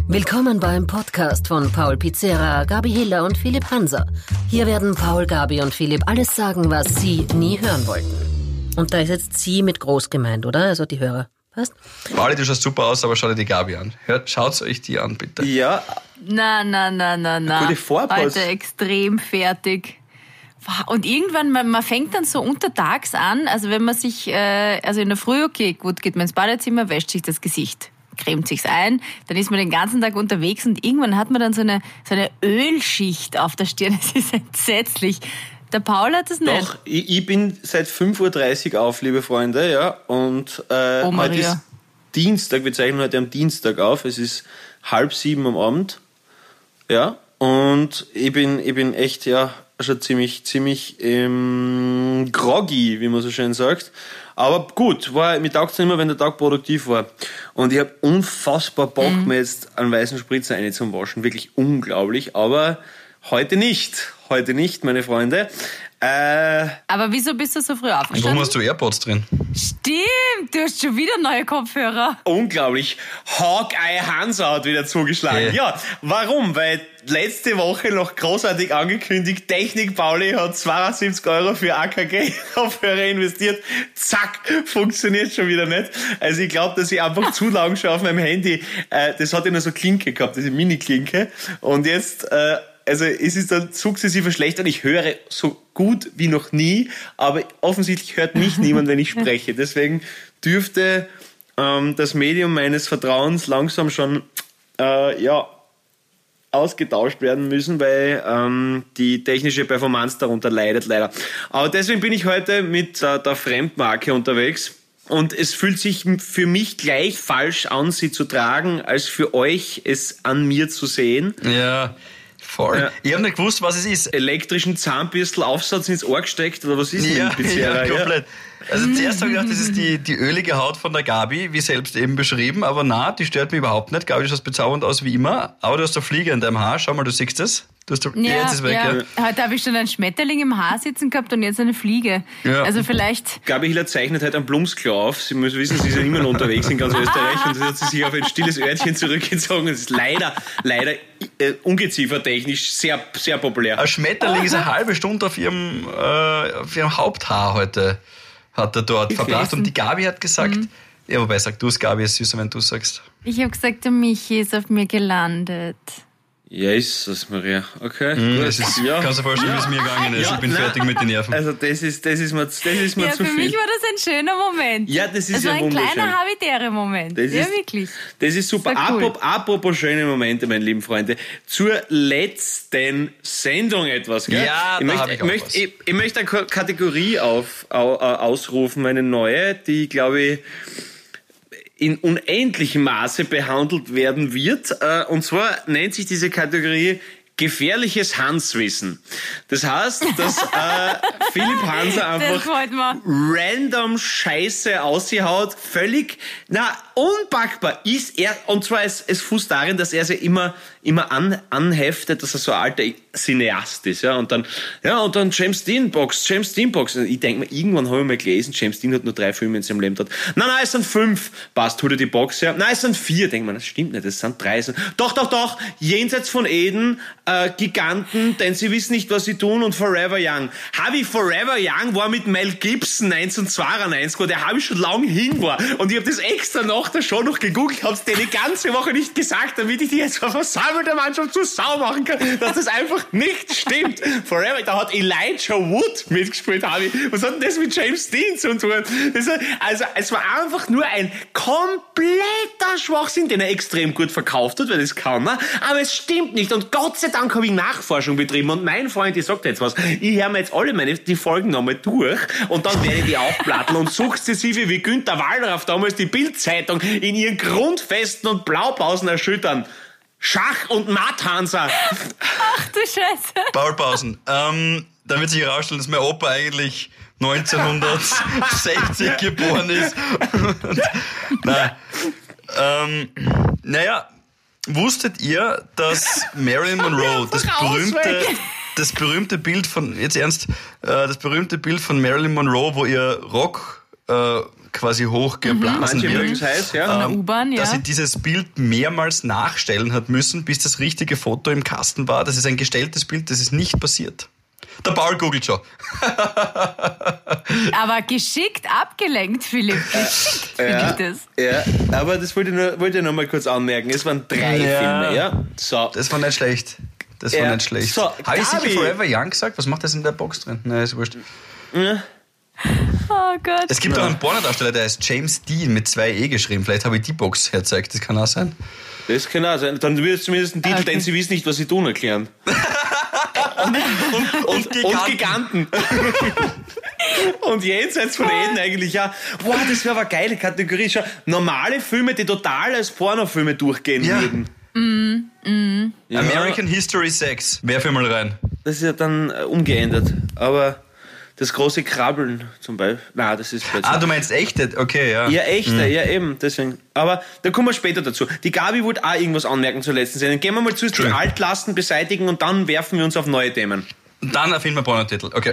Willkommen beim Podcast von Paul Pizzera, Gabi Hiller und Philipp Hanser. Hier werden Paul, Gabi und Philipp alles sagen, was Sie nie hören wollten. Und da ist jetzt Sie mit groß gemeint, oder? Also die Hörer. Passt? Pauli, du schaust super aus, aber schau dir die Gabi an. Schaut euch die an, bitte. Ja. Na. Gute Vorpass. Heute extrem fertig. Und irgendwann, man fängt dann so untertags an, also wenn man sich, also in der Früh, okay, gut, geht man ins Badezimmer, wäscht sich das Gesicht, cremt sich's ein, dann ist man den ganzen Tag unterwegs und irgendwann hat man dann so eine Ölschicht auf der Stirn. Das ist entsetzlich. Der Paul hat das nicht. Doch, ich bin seit 5.30 Uhr auf, liebe Freunde, ja, und heute ist Dienstag, wir zeichnen heute am Dienstag auf, es ist 6:30 am Abend, ja, und ich bin echt, ja, schon ziemlich groggy, wie man so schön sagt. Aber gut, mir taugt es immer, wenn der Tag produktiv war. Und ich habe unfassbar Bock, mir jetzt einen weißen Spritzer reinzuwaschen. Wirklich unglaublich. Aber heute nicht. Heute nicht, meine Freunde. Aber wieso bist du so früh aufgestanden? Warum hast du AirPods drin? Stimmt, du hast schon wieder neue Kopfhörer. Unglaublich. Hawkeye Hansa hat wieder zugeschlagen. Hey. Ja, warum? Weil letzte Woche noch großartig angekündigt, Technik Pauli hat 72 € für AKG-Kopfhörer investiert. Zack, funktioniert schon wieder nicht. Also ich glaube, dass ich einfach zu lang schon auf meinem Handy, das hat ja nur so Klinke gehabt, diese Mini-Klinke. Und jetzt, also es ist dann sukzessive verschlechtert. Ich höre so gut wie noch nie, aber offensichtlich hört mich niemand, wenn ich spreche. Deswegen dürfte das Medium meines Vertrauens langsam schon ausgetauscht werden müssen, weil die technische Performance darunter leidet leider. Aber deswegen bin ich heute mit der Fremdmarke unterwegs. Und es fühlt sich für mich gleich falsch an, sie zu tragen, als für euch es an mir zu sehen. Ja, voll. Ja. Ich habe nicht gewusst, was es ist. Elektrischen Zahnbürstel-Aufsatz ins Ohr gesteckt, oder was ist denn bisher? Ja, komplett. Also zuerst habe ich gedacht, das ist die ölige Haut von der Gabi, wie selbst eben beschrieben, aber na, die stört mich überhaupt nicht. Gabi, du schaust bezaubernd aus wie immer, aber du hast eine Fliege in deinem Haar. Schau mal, du siehst es. Jetzt ist weg. Ja. Heute habe ich schon einen Schmetterling im Haar sitzen gehabt und jetzt eine Fliege. Ja. Also vielleicht... Gabi Hiller zeichnet heute einen Blumsklo auf. Sie müssen wissen, sie ist ja immer noch unterwegs in ganz Österreich und hat sie sich auf ein stilles Örtchen zurückgezogen. Das ist leider ungeziefertechnisch sehr, sehr populär. Ein Schmetterling ist eine halbe Stunde auf ihrem Haupthaar heute. Hat er dort verbracht. Und die Gabi hat gesagt, ja, wobei sag du es, Gabi, ist süßer, wenn du sagst. Ich habe gesagt, der Michi ist auf mir gelandet. Jesus, Maria. Okay. Kannst du dir vorstellen, wie es mir gegangen ist? Ich bin fertig mit den Nerven. Also das ist mir zu viel. Für mich war das ein schöner Moment. Ja, das ist also ja wunderschön. ein kleiner habitärer Moment. Wirklich. Das ist super. Das cool. Apropos schöne Momente, meine lieben Freunde. Zur letzten Sendung etwas. Gell? Ja, ich möchte eine Kategorie ausrufen, meine neue, die, glaube ich, in unendlichem Maße behandelt werden wird. Und zwar nennt sich diese Kategorie gefährliches Hanswissen. Das heißt, dass Philipp Hanser einfach random Scheiße aushaut, völlig unpackbar ist er, und zwar es fußt darin, dass er sich immer anheftet, dass er so ein alter Cineast ist, und dann James Dean Box. Ich denke mir, irgendwann habe ich mal gelesen, James Dean hat nur 3 Filme in seinem Leben gehabt. Nein, es sind 5. Passt, tut er die Box her. Nein, es sind 4. Denkt man, das stimmt nicht, es sind 3. Doch. Jenseits von Eden, Giganten, denn sie wissen nicht, was sie tun, und Forever Young. Forever Young war mit Mel Gibson 1992, der habe ich schon lange hin war. Und ich habe das extra nach der Show noch gegoogelt, habe es dir die ganze Woche nicht gesagt, damit ich die jetzt vor versammelter Mannschaft zur Sau machen kann, dass das einfach nicht stimmt. Forever, da hat Elijah Wood mitgespielt, Harvey. Was hat denn das mit James Dean zu tun? Also, es war einfach nur ein kompletter Schwachsinn, den er extrem gut verkauft hat, weil das kann er. Aber es stimmt nicht. Und Gott sei Dank habe ich Nachforschung betrieben. Und mein Freund, ich sag dir jetzt was, ich höre mir jetzt alle die Folgen nochmal durch und dann werde ich die aufplatteln und sukzessive wie Günther Wallraff damals die Bild-Zeitung in ihren Grundfesten und Blaupausen erschüttern. Schach und Matt-Hansa. Ach du Scheiße. Paulpausen. Dann wird sich herausstellen, dass mein Opa eigentlich 1960 geboren ist. Wusstet ihr, dass Marilyn Monroe, das berühmte Bild von Marilyn Monroe, wo ihr quasi hochgeblasen Manche wird. mögen es heiß, ja. Von der U-Bahn, ja. Dass sie dieses Bild mehrmals nachstellen hat müssen, bis das richtige Foto im Kasten war. Das ist ein gestelltes Bild, das ist nicht passiert. Der Paul googelt schon. Aber geschickt abgelenkt, Philipp. Geschickt finde ich das. Ja, aber das wollte ich noch mal kurz anmerken. Es waren 3 Filme, ja. So. Das war nicht schlecht. So, habe ich sicher Forever Young gesagt? Was macht das in der Box drin? Nein, ist wurscht. Ja. Oh Gott. Es gibt auch einen Pornodarsteller, der heißt James Dean mit 2 E geschrieben. Vielleicht habe ich die Box hergezeigt. Das kann auch sein. Das kann auch sein. Dann wird es zumindest ein Titel, denn sie wissen nicht, was sie tun, erklären. und Giganten. Und jenseits von Eden eigentlich ja. Boah, das wäre aber eine geile Kategorie. Schau, normale Filme, die total als Pornofilme durchgehen würden. Ja. American History 6. Werf mal rein. Das ist ja dann umgeändert. Aber das große Krabbeln zum Beispiel. Nein, das ist plötzlich. Du meinst echte? Okay, ja. Ja, echte, ja eben, deswegen. Aber da kommen wir später dazu. Die Gabi wollte auch irgendwas anmerken zur letzten Sendung. Gehen wir mal zuerst die Altlasten beseitigen und dann werfen wir uns auf neue Themen. Dann erfinden wir Pornotitel. Okay.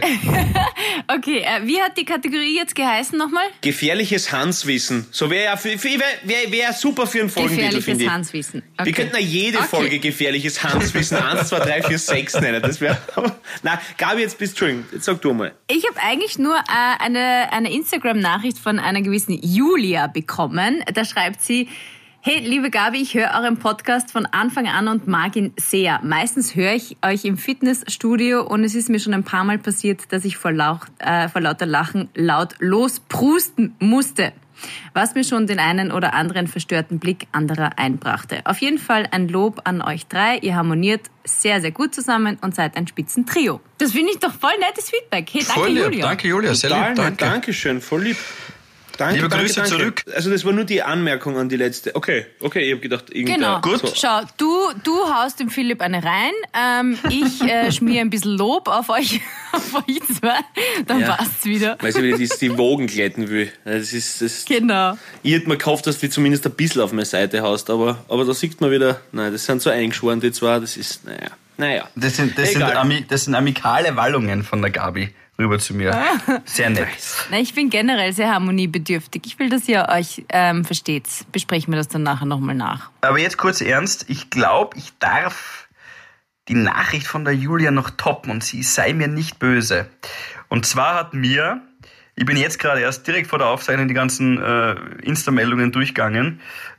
Okay, wie hat die Kategorie jetzt geheißen nochmal? Gefährliches Hanswissen. So wäre wär super für einen Folgentitel, finde ich. Gefährliches Hanswissen. Okay. Wir könnten ja jede Folge gefährliches Hanswissen 1, 2, 3, 4, 6 nennen. Das wäre. Nein, Gabi, jetzt sag du mal. Ich habe eigentlich nur eine Instagram-Nachricht von einer gewissen Julia bekommen. Da schreibt sie: Hey, liebe Gabi, ich höre euren Podcast von Anfang an und mag ihn sehr. Meistens höre ich euch im Fitnessstudio und es ist mir schon ein paar Mal passiert, dass ich vor lauter Lachen laut losprusten musste, was mir schon den einen oder anderen verstörten Blick anderer einbrachte. Auf jeden Fall ein Lob an euch 3. Ihr harmoniert sehr, sehr gut zusammen und seid ein Spitzentrio. Das finde ich doch voll nettes Feedback. Hey, danke, voll lieb. Julia. Danke, Julia. Sehr lieb, danke. Dankeschön, voll lieb. Danke, Liebe Grüße zurück. Also das war nur die Anmerkung an die letzte. Okay, ich habe gedacht, Genau. Gut. So. Schau, du haust dem Philipp eine rein, ich schmier ein bisschen Lob auf euch zwei, dann passt's wieder. Weil sie wieder die Wogen glätten will. Das ist. Genau. Ich hätte mir gehofft, dass du zumindest ein bisschen auf meine Seite haust, aber da sieht man wieder, nein, das sind so eingeschworen, die zwei, das ist, naja. Das sind amikale Wallungen von der Gabi rüber zu mir. Sehr nett. Na, ich bin generell sehr harmoniebedürftig. Ich will, dass ihr euch versteht. Besprechen wir das dann nachher nochmal nach. Aber jetzt kurz ernst. Ich glaube, ich darf die Nachricht von der Julia noch toppen und sie sei mir nicht böse. Und zwar hat mir, ich bin jetzt gerade erst direkt vor der Aufzeichnung die ganzen Insta-Meldungen durchgegangen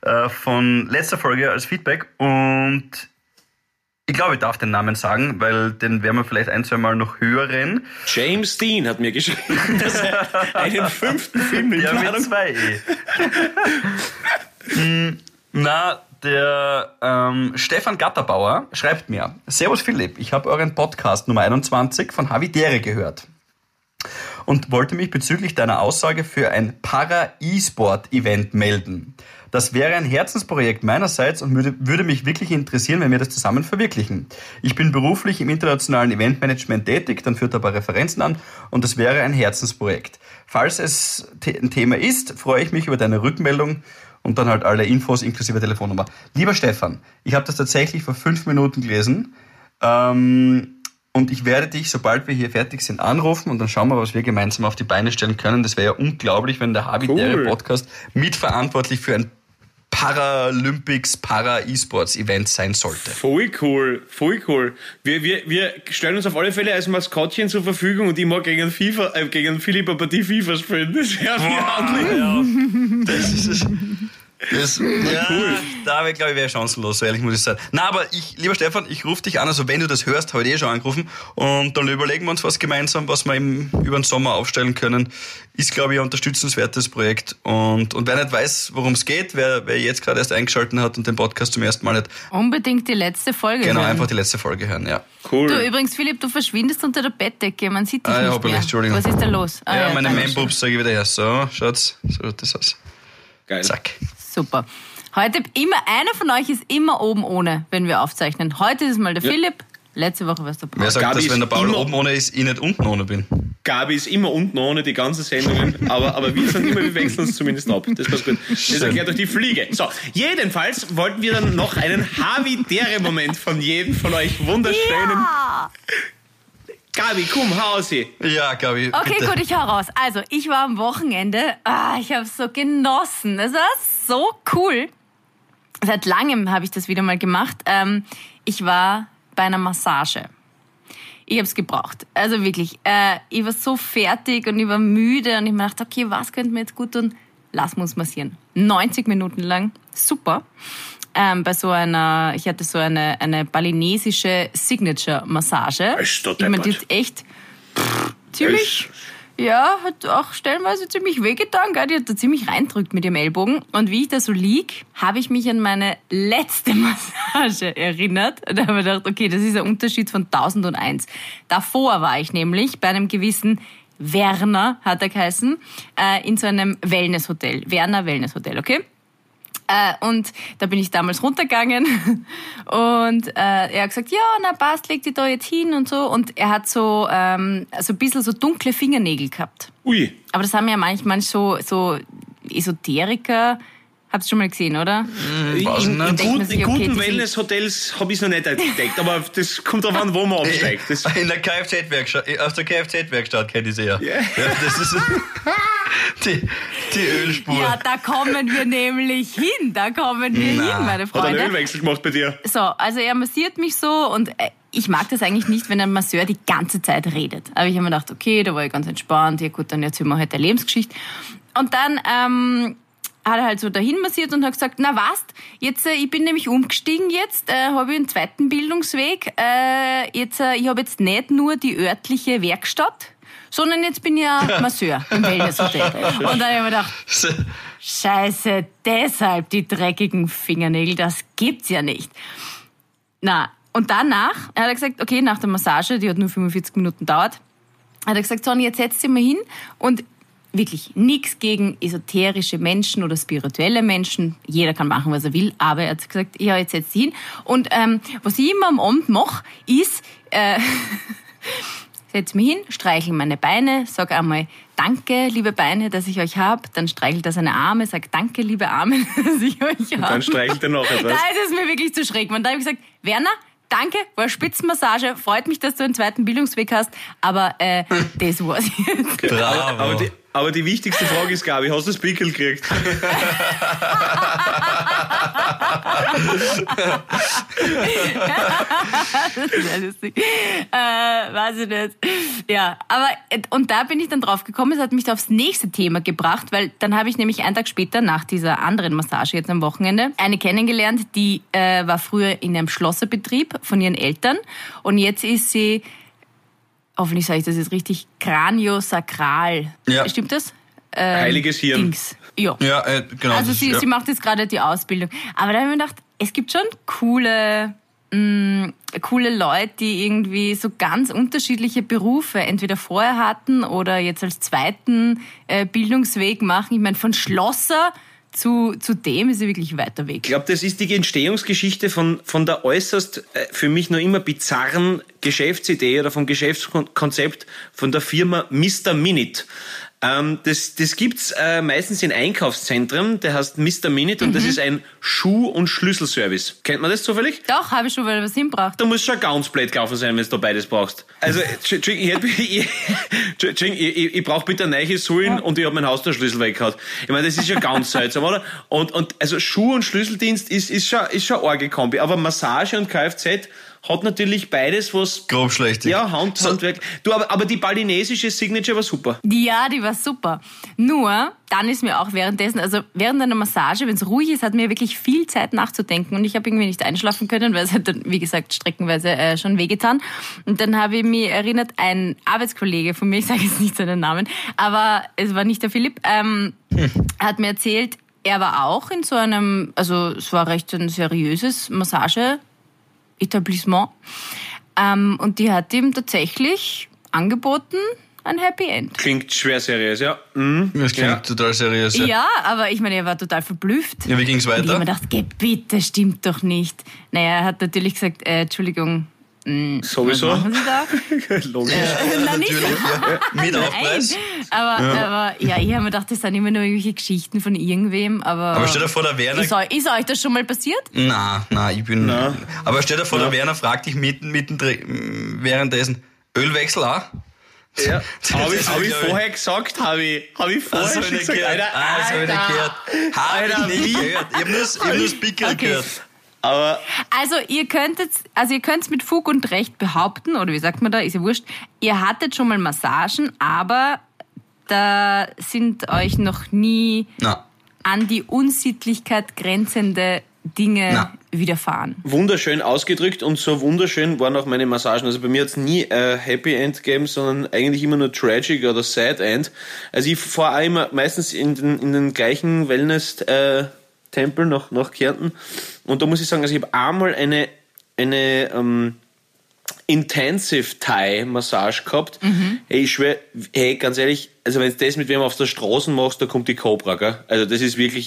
von letzter Folge als Feedback und ich glaube, ich darf den Namen sagen, weil den werden wir vielleicht 1-2 Mal noch hören. James Dean hat mir geschrieben, dass er einen 5. Film in Planung... mit 2 E. Der Stefan Gatterbauer schreibt mir: Servus Philipp, ich habe euren Podcast Nummer 21 von Havidere gehört und wollte mich bezüglich deiner Aussage für ein Para-E-Sport-Event melden. Das wäre ein Herzensprojekt meinerseits und würde mich wirklich interessieren, wenn wir das zusammen verwirklichen. Ich bin beruflich im internationalen Eventmanagement tätig, dann führt er ein paar Referenzen an und das wäre ein Herzensprojekt. Falls es ein Thema ist, freue ich mich über deine Rückmeldung und dann halt alle Infos inklusive Telefonnummer. Lieber Stefan, ich habe das tatsächlich vor 5 Minuten gelesen und ich werde dich, sobald wir hier fertig sind, anrufen und dann schauen wir, was wir gemeinsam auf die Beine stellen können. Das wäre ja unglaublich, wenn der Havidere Podcast mitverantwortlich für ein Paralympics, Para-E-Sports-Event sein sollte. Voll cool. Wir stellen uns auf alle Fälle als Maskottchen zur Verfügung und ich mag gegen Philipp eine Partie FIFA spielen. Das wäre mir Das ist cool. Da habe ich, glaube ich, wäre chancenlos, so ehrlich muss ich sagen. Na, aber lieber Stefan, ich rufe dich an, also wenn du das hörst, habe ich schon angerufen und dann überlegen wir uns was gemeinsam, was wir über den Sommer aufstellen können. Ist, glaube ich, ein unterstützenswertes Projekt und wer nicht weiß, worum es geht, wer jetzt gerade erst eingeschaltet hat und den Podcast zum ersten Mal hat. Unbedingt die letzte Folge hören. Genau, hören. einfach die letzte Folge hören, ja. Cool. Du, übrigens, Philipp, du verschwindest unter der Bettdecke, man sieht dich nicht mehr. Entschuldigung. Was ist da los? Meine Mainboobs sage ich wieder her. So, schaut's, so schaut das aus. Geil. Zack. Super. Heute einer von euch ist immer oben ohne, wenn wir aufzeichnen. Heute ist mal der Philipp, letzte Woche war es der Paul. Wer sagt, Gabi, dass wenn der Paul oben ohne ist, ich nicht unten ohne bin? Gabi ist immer unten ohne die ganzen Sendungen, aber wir wechseln uns zumindest ab. Das passt gut. Das erklärt euch die Fliege. So, jedenfalls wollten wir dann noch einen Havidere-Moment von jedem von euch wunderschönen Gabi, komm, hau sie. Ja, Gabi, Okay, bitte. gut, ich hau raus. Also, ich war am Wochenende, ich habe es so genossen. Es war so cool. Seit langem habe ich das wieder mal gemacht. Ich war bei einer Massage. Ich habe es gebraucht. Also wirklich, ich war so fertig und ich war müde und ich mir dachte, okay, was könnte mir jetzt gut tun? Lass uns massieren. 90 Minuten lang. Super. Ich hatte so eine balinesische Signature-Massage. Ist doch Ich meine, die deppert. hat echt ziemlich, hat auch stellenweise ziemlich wehgetan, gell? Die hat da ziemlich reindrückt mit ihrem Ellbogen. Und wie ich da so lieg, habe ich mich an meine letzte Massage erinnert. Und da habe ich gedacht, okay, das ist ein Unterschied von 1001. Davor war ich nämlich bei einem gewissen Werner, hat er geheißen, in so einem Wellnesshotel. Werner Wellnesshotel, okay? Und da bin ich damals runtergegangen und er hat gesagt, ja, na passt, leg dich da jetzt hin und so. Und er hat so ein bisschen so dunkle Fingernägel gehabt. Ui. Aber das haben ja manchmal so Esoteriker, habt ihr schon mal gesehen, oder? Weiß In nicht. denkt man sich, okay, guten die sind- Wellness-Hotels habe ich es noch nicht entdeckt, aber das kommt darauf an, wo man absteigt. Das, In der Kfz-Werkstatt, aus der Kfz-Werkstatt kenne ich sie ja. Yeah. Ja, das ist die Ölspur. Ja, da kommen wir nämlich hin, meine hat einen Freunde. Ölwechsel gemacht bei dir. So, also er massiert mich so und ich mag das eigentlich nicht, wenn ein Masseur die ganze Zeit redet. Aber ich habe mir gedacht, okay, da war ich ganz entspannt, ja gut, dann erzählen wir halt eine Lebensgeschichte. Und dann hat er halt so dahin massiert und hat gesagt, na was, jetzt, ich bin nämlich umgestiegen jetzt, habe ich einen zweiten Bildungsweg, ich habe jetzt nicht nur die örtliche Werkstatt, sondern jetzt bin ich ja Masseur im Wellnesshotel. Und dann habe ich mir gedacht, Scheiße, deshalb die dreckigen Fingernägel, das gibt's ja nicht. Na, und danach hat er gesagt, okay, nach der Massage, die hat nur 45 Minuten gedauert, hat er gesagt, so, und jetzt setz dich mal hin und wirklich nichts gegen esoterische Menschen oder spirituelle Menschen. Jeder kann machen, was er will, aber er hat gesagt, ja, jetzt setz dich hin. Und was ich immer am Abend mache, ist, setz mich hin, streichel meine Beine, sag einmal, danke, liebe Beine, dass ich euch hab. Dann streichelt er seine Arme, sagt, danke, liebe Arme, dass ich euch hab. Dann streichelt er noch etwas. Da ist es mir wirklich zu schräg. Und da habe ich gesagt, Werner, danke, war eine Spitzenmassage, freut mich, dass du einen zweiten Bildungsweg hast, aber das war's jetzt. Bravo. Aber die wichtigste Frage ist, Gabi, hast du das Pickel gekriegt? Sehr lustig. Weiß ich nicht. Ja, aber, und da bin ich dann drauf gekommen, es hat mich aufs nächste Thema gebracht, weil dann habe ich nämlich einen Tag später, nach dieser anderen Massage jetzt am Wochenende, eine kennengelernt, die war früher in einem Schlosserbetrieb von ihren Eltern und jetzt ist sie, hoffentlich sage ich das jetzt richtig, Kraniosakral. Ja. Stimmt das? Heiliges Hirn. Dings. Ja. Ja, genau. Also das ist- sie macht jetzt gerade die Ausbildung. Aber da habe ich mir gedacht, es gibt schon coole Leute, die irgendwie so ganz unterschiedliche Berufe entweder vorher hatten oder jetzt als zweiten Bildungsweg machen. Ich meine, von Schlosser zu dem ist sie wirklich ein weiter Weg. Ich glaube, das ist die Entstehungsgeschichte von der äußerst für mich noch immer bizarren Geschäftsidee oder vom Geschäftskonzept von der Firma Mr. Minute. Das gibt's meistens in Einkaufszentren, der heißt Mr. Minute und das ist ein Schuh- und Schlüsselservice. Kennt man das zufällig? Doch, habe ich schon mal was hinbracht. Da muss schon ganz blöd gelaufen sein, wenn du beides brauchst. Also, ich brauche bitte neue Sohlen und ich habe meinen Haustürschlüssel weggehauen. Ich meine, das ist ja ganz seltsam, oder? Und also Schuh- und Schlüsseldienst ist schon arge Kombi. Aber Massage und Kfz hat natürlich beides was... Grobschlächtig. Ja, Handwerk. Du, aber die balinesische Signature war super. Ja, die war super. Nur, dann ist mir auch währenddessen, also während einer Massage, wenn es ruhig ist, hat mir wirklich viel Zeit nachzudenken und ich habe irgendwie nicht einschlafen können, weil es hat dann, wie gesagt, streckenweise schon wehgetan. Und dann habe ich mich erinnert, ein Arbeitskollege von mir, ich sage jetzt nicht seinen Namen, aber es war nicht der Philipp, hat mir erzählt, er war auch in so einem, also es war recht ein seriöses Massage-Etablissement und die hat ihm tatsächlich angeboten, ein Happy End. Klingt schwer seriös, ja. Mhm. Das klingt Ja. total seriös. Ja, aber ich meine, er war total verblüfft. Ja, wie ging's Und ich weiter? habe mir gedacht, geh bitte, stimmt doch nicht. Naja, er hat natürlich gesagt, Entschuldigung, Sowieso. was machen Sie da? Logisch. Nein, nicht Natürlich, so. ja. Mit Aufpreis. Aber ja, ich habe mir gedacht, das sind immer nur irgendwelche Geschichten von irgendwem, Aber stell dir vor, der Werner... Ist euch das schon mal passiert? Na, ich bin... Aber stell dir vor, der Werner fragt dich währenddessen, Ölwechsel auch? Ja, habe ich vorher gesagt, habe ich vorher schon gesagt. Habe ich nicht gehört. Ich habe nur das Pickel gehört. Aber also ihr könnt mit Fug und Recht behaupten, oder wie sagt man da, ist ja wurscht, ihr hattet schon mal Massagen, aber da sind euch noch nie an die Unsittlichkeit grenzende Dinge widerfahren. Wunderschön ausgedrückt und so wunderschön waren auch meine Massagen. Also bei mir hat es nie Happy End gegeben, sondern eigentlich immer nur Tragic oder Sad End. Also ich fahre auch immer meistens in den gleichen Wellness-Tempel nach Kärnten und da muss ich sagen, also ich habe einmal eine Intensive Thai Massage gehabt. Hey, ich schwöre, ganz ehrlich, also wenn du das mit wem auf der Straße machst, da kommt die Cobra, gell? Also das ist wirklich,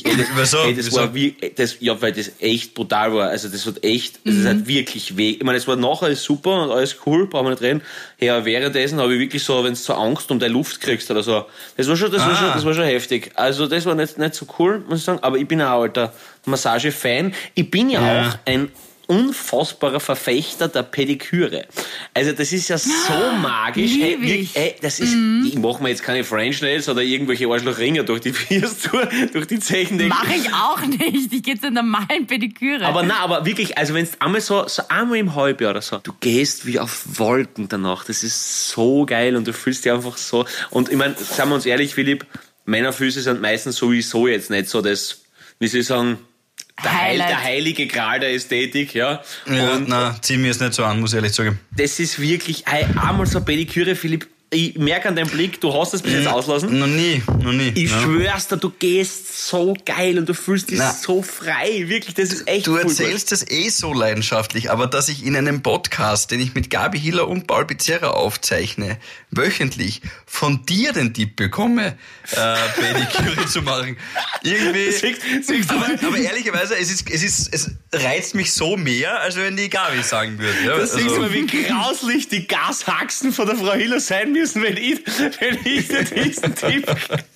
weil das echt brutal war. Also das hat echt, das hat wirklich weh. Ich meine, es war nachher ist super und alles cool, brauchen wir nicht reden. Hey, aber währenddessen habe ich wirklich so, wenn du so Angst um deine Luft kriegst oder so, das war schon heftig. Also das war nicht so cool, muss ich sagen, aber ich bin ein alter Massage-Fan. Ich bin ja auch ein unfassbarer Verfechter der Pediküre. Also das ist ja so magisch. Das ist, ich mache mir jetzt keine French Nails oder irgendwelche Arschlochringe durch die Fierstour, durch die Zechen. Mache ich auch nicht. Ich gehe zur normalen Pediküre. Aber wirklich, also wenn es einmal so einmal im Halbjahr oder so, du gehst wie auf Wolken danach. Das ist so geil und du fühlst dich einfach so. Und ich meine, sagen wir uns ehrlich, Philipp, Männerfüße sind meistens sowieso jetzt nicht so das, wie soll ich sagen, der heilige Gral der Ästhetik, ja. Und zieh mir es nicht so an, muss ich ehrlich sagen. Das ist wirklich einmal so Pediküre, Philipp. Ich merke an deinem Blick, du hast das bis jetzt auslassen. Noch nie. Ich schwör's dir, du gehst so geil und du fühlst dich so frei. Wirklich, das ist echt Du erzählst das so leidenschaftlich, aber dass ich in einem Podcast, den ich mit Gabi Hiller und Paul Pizzerra aufzeichne, wöchentlich von dir den Tipp bekomme, Pediküre zu machen. Irgendwie. Aber ehrlicherweise, es reizt mich so mehr, als wenn die Gabi sagen würde. Ja? Das siehst du mal, wie grauslich die Gashaxen von der Frau Hiller sein müssen, wenn ich dir diesen Tipp.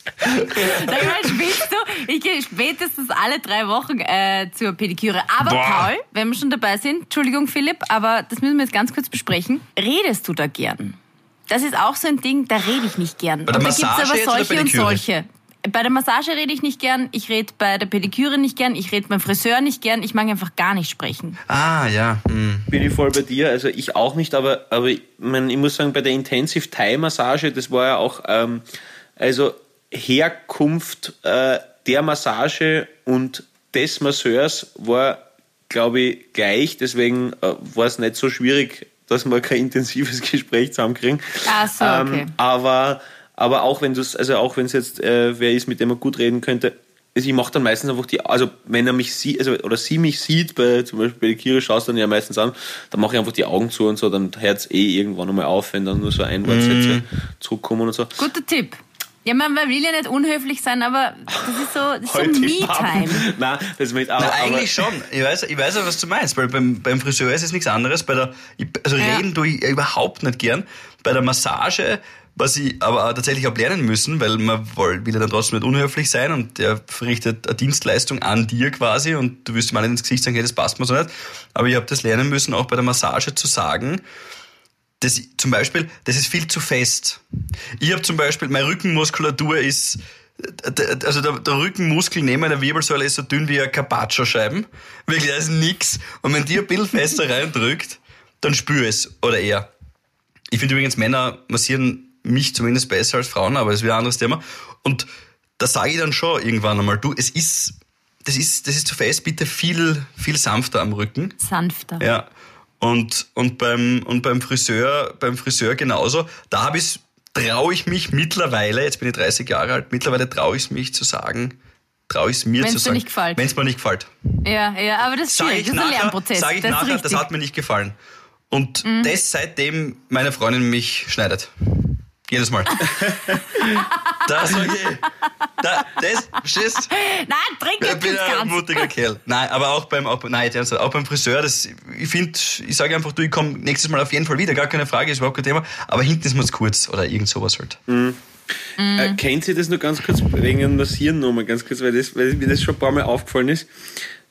Ich gehe spätestens alle 3 Wochen zur Pediküre. Aber Paul, wenn wir schon dabei sind, Entschuldigung Philipp, aber das müssen wir jetzt ganz kurz besprechen. Redest du da gern? Das ist auch so ein Ding, da rede ich nicht gern. Bei der Massage da gibt's aber solche und solche. Bei der Massage rede ich nicht gern, ich rede bei der Pediküre nicht gern, ich rede beim Friseur nicht gern, ich mag einfach gar nicht sprechen. Bin ich voll bei dir, also ich auch nicht, aber ich muss sagen, bei der Intensive Thai Massage, das war ja auch, also Herkunft der Massage und des Masseurs war, glaube ich, gleich, deswegen war es nicht so schwierig, dass wir kein intensives Gespräch zusammenkriegen. Ach so, okay. Aber auch wenn es jetzt wer ist, mit dem man gut reden könnte, also ich mache dann meistens einfach also wenn er mich sieht, also oder sie mich sieht, zum Beispiel bei der Kira schaust du dann ja meistens an, dann mache ich einfach die Augen zu und so, dann hört es irgendwann einmal auf, wenn dann nur so Einwortsätze zurückkommen und so. Guter Tipp. Ja, man will ja nicht unhöflich sein, aber das ist so Me-Time. Nein, das mit eigentlich schon. Ich weiß auch, was du meinst, weil beim Friseur ist es nichts anderes. Reden tue ich überhaupt nicht gern. Bei der Massage, was ich aber tatsächlich habe lernen müssen, weil man will ja dann trotzdem nicht unhöflich sein und der verrichtet eine Dienstleistung an dir quasi und du wirst ihm mal ins Gesicht sagen, hey, das passt mir so nicht. Aber ich habe das lernen müssen, auch bei der Massage zu sagen, das ist viel zu fest. Ich habe zum Beispiel, meine Rückenmuskulatur ist, also der Rückenmuskel neben meiner Wirbelsäule ist so dünn wie eine Carpaccio-Scheiben. Wirklich, das ist nix. Und wenn die ein bisschen fester reindrückt, dann spüre ich es. Oder eher. Ich finde übrigens, Männer massieren mich zumindest besser als Frauen, aber das ist wieder ein anderes Thema. Und da sage ich dann schon irgendwann einmal, das ist zu fest, bitte viel, viel sanfter am Rücken. Sanfter. Ja. Und beim Friseur genauso. Da traue ich mich mittlerweile, jetzt bin ich 30 Jahre alt, mittlerweile traue ich es mir zu sagen. Wenn es mir nicht gefällt. Wenn es mir nicht gefällt. Ja, aber das ist ein Lernprozess. Sage ich nachher, das hat mir nicht gefallen. Und das seitdem meine Freundin mich schneidet. Jedes Mal. Verstehst? Nein, trink jetzt Ich bin ein mutiger Kerl. Nein, aber auch beim Friseur, ich sage einfach, ich komme nächstes Mal auf jeden Fall wieder, gar keine Frage, ist überhaupt kein Thema, aber hinten ist mir zu kurz oder irgend sowas halt. Kennt ihr das nur ganz kurz, wegen dem Massieren nochmal ganz kurz, weil mir das schon ein paar Mal aufgefallen ist.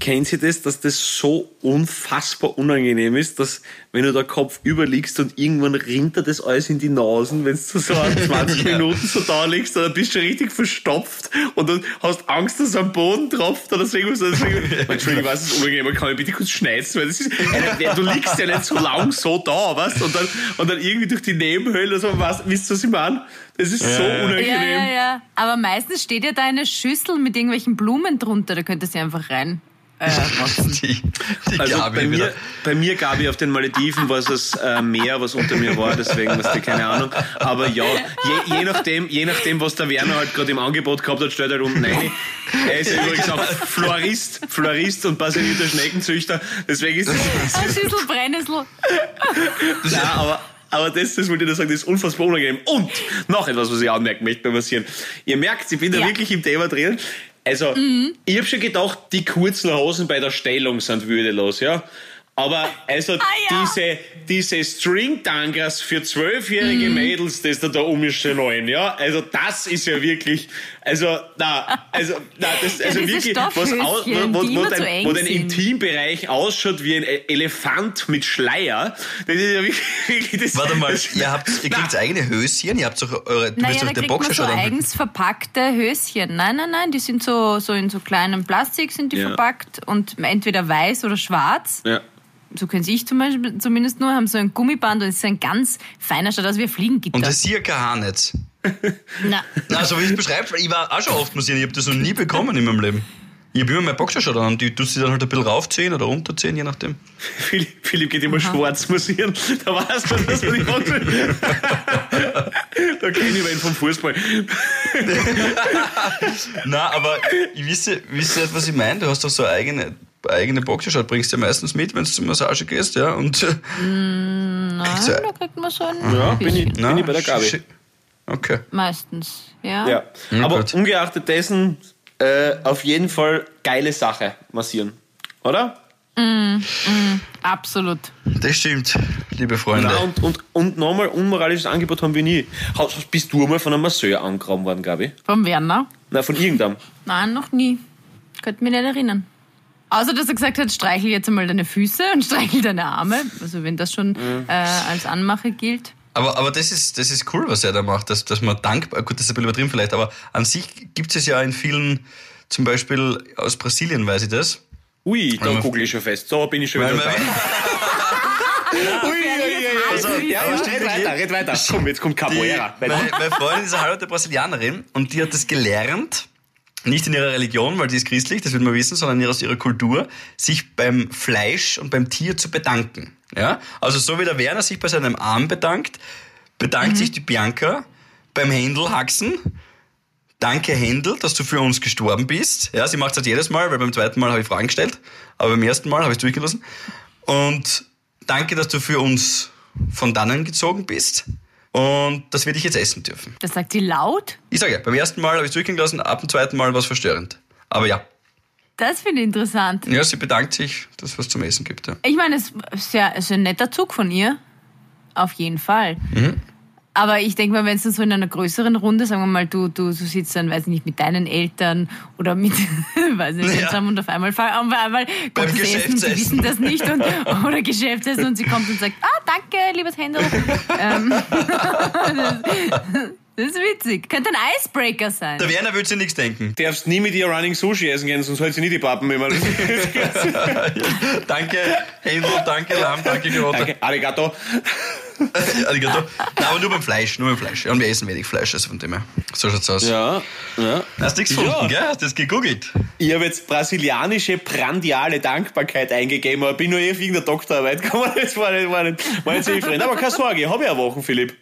kennt ihr das, dass das so unfassbar unangenehm ist, dass wenn du da Kopf überliegst und irgendwann rinnt dir das alles in die Nasen, wenn du so 20 Minuten so da liegst, dann bist du richtig verstopft und dann hast Angst, dass es am Boden tropft oder so irgendwas. Entschuldigung, was ist unangenehm, kann ich bitte kurz schneizen, weil das ist, du liegst ja nicht so lang so da, weißt, und dann irgendwie durch die Nebenhöhle, so, wisst ihr, was ich meine? Das ist so unangenehm. Ja. Aber meistens steht ja da eine Schüssel mit irgendwelchen Blumen drunter, da könntest du einfach rein. Die also Gabi bei mir, Gabi, auf den Malediven war es das Meer, was unter mir war, deswegen hast du keine Ahnung. Aber ja, je nachdem, was der Werner halt gerade im Angebot gehabt hat, stellt er halt unten rein. Er ist ja übrigens auch Florist und passionierter Schneckenzüchter, deswegen ist es... Eine Schüssel Brennnessel. Ja, aber das wollte ich nur sagen, das ist unfassbar unangenehm. Und noch etwas, was ich anmerken möchte beim Massieren. Ihr merkt, ich bin da wirklich im Thema drin. Also, ich habe schon gedacht, die kurzen Hosen bei der Stellung sind würdelos, ja. Aber also diese String-Tangas für 12-jährige Mädels, das da umstehen wollen, ja, also das ist ja wirklich, das wirklich, wo dein Intimbereich ausschaut wie ein Elefant mit Schleier, das ist ja wirklich das. Warte mal, ihr kriegt eigene Höschen, ihr habt doch eure, du bist doch der Boxershort. So eigens verpackte Höschen. Nein, die sind so in so kleinem Plastik sind die verpackt und entweder weiß oder schwarz. Ja. So kenne ich zumindest nur, haben so ein Gummiband und es ist ein ganz feiner, schaut aus wie ein Fliegengitter. Und das ist hier kein Haarnetz. Na, so wie ich es beschreibe, weil ich war auch schon oft massieren, ich habe das noch nie bekommen in meinem Leben. Ich habe immer meine Boxershort an und die tust du dann halt ein bisschen raufziehen oder runterziehen, je nachdem. Philipp geht immer schwarz massieren, da weißt du, dass man die Boxershort... Da kenne ich ihn vom Fußball. Na, aber ich wisse nicht, was ich meine, du hast doch so eigene Boxershort bringst du ja meistens mit, wenn du zur Massage gehst, ja, und... Nein, da kriegt man so ein... Ja, bin ich bei der Gabi. Okay. Meistens, ja. Ja. Aber gut. Ungeachtet dessen, auf jeden Fall geile Sache, massieren. Oder? Absolut. Das stimmt, liebe Freunde. Ja, und nochmal, unmoralisches Angebot haben wir nie. Bist du mal von einem Masseur angegraben worden, Gabi? Vom Werner? Nein, von irgendeinem. Nein, noch nie. Könnte mich nicht erinnern. Außer, dass er gesagt hat, streichel jetzt einmal deine Füße und streichel deine Arme. Also wenn das schon als Anmache gilt. Aber das ist cool, was er da macht, dass man dankbar, gut, das ist ein bisschen übertrieben vielleicht, aber an sich gibt es ja in vielen, zum Beispiel aus Brasilien, weiß ich das. Ui, da google ich schon fest. So bin ich schon wieder dabei. Red weiter. Komm, jetzt kommt Capoeira. Meine Freundin ist eine halbe Brasilianerin und die hat das gelernt, nicht in ihrer Religion, weil die ist christlich, das wird man wissen, sondern aus ihrer Kultur, sich beim Fleisch und beim Tier zu bedanken. Ja? Also so wie der Werner sich bei seinem Arm bedankt sich die Bianca beim Händelhaxen. Danke Händel, dass du für uns gestorben bist. Ja, sie macht das jedes Mal, weil beim zweiten Mal habe ich Fragen gestellt, aber beim ersten Mal habe ich es durchgelassen. Und danke, dass du für uns von dannen gezogen bist. Und das werde ich jetzt essen dürfen. Das sagt sie laut? Ich sage ja, beim ersten Mal habe ich es durchgehen lassen, ab dem zweiten Mal war es verstörend. Aber ja. Das finde ich interessant. Ja, sie bedankt sich, dass es was zum Essen gibt. Ja. Ich meine, es ist ja ein netter Zug von ihr. Auf jeden Fall. Aber ich denke mal, wenn es dann so in einer größeren Runde, sagen wir mal, du sitzt dann, weiß ich nicht, mit deinen Eltern oder mit, weiß ich nicht, zusammen und auf einmal kommt das Essen und sie wissen das nicht oder Geschäftsessen und sie kommt und sagt, danke, liebes Händel. Das ist witzig. Könnte ein Icebreaker sein. Der Werner will sich nichts denken. Darfst nie mit ihr Running Sushi essen gehen, sonst hält sie nicht die Pappen immer. Danke, Händel, danke, Lamm, danke, Karotte. Danke, Arigato. Arigato. Nein, aber nur beim Fleisch. Ja, und wir essen wenig Fleisch, also von dem her. So schaut's aus. Ja. Hast du nichts gefunden, gell? Hast du das gegoogelt? Ich habe jetzt brasilianische prandiale Dankbarkeit eingegeben, aber bin nur auf irgendeine Doktorarbeit gekommen. Das war nicht ziemlich fremd. Aber keine Sorge, ich habe ja Wochen, Philipp.